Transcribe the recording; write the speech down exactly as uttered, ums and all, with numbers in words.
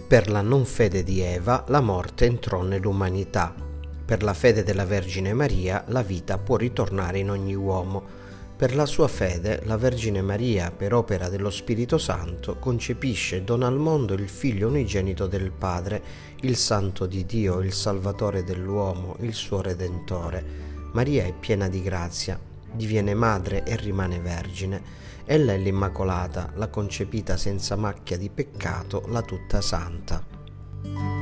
Per la non fede di Eva, la morte entrò nell'umanità. Per la fede della Vergine Maria, la vita può ritornare in ogni uomo. Per la sua fede, la Vergine Maria, per opera dello Spirito Santo, concepisce e dona al mondo il Figlio unigenito del Padre, il Santo di Dio, il Salvatore dell'uomo, il suo Redentore. Maria è piena di grazia, diviene madre e rimane vergine. Ella è l'Immacolata, la concepita senza macchia di peccato, la tutta santa.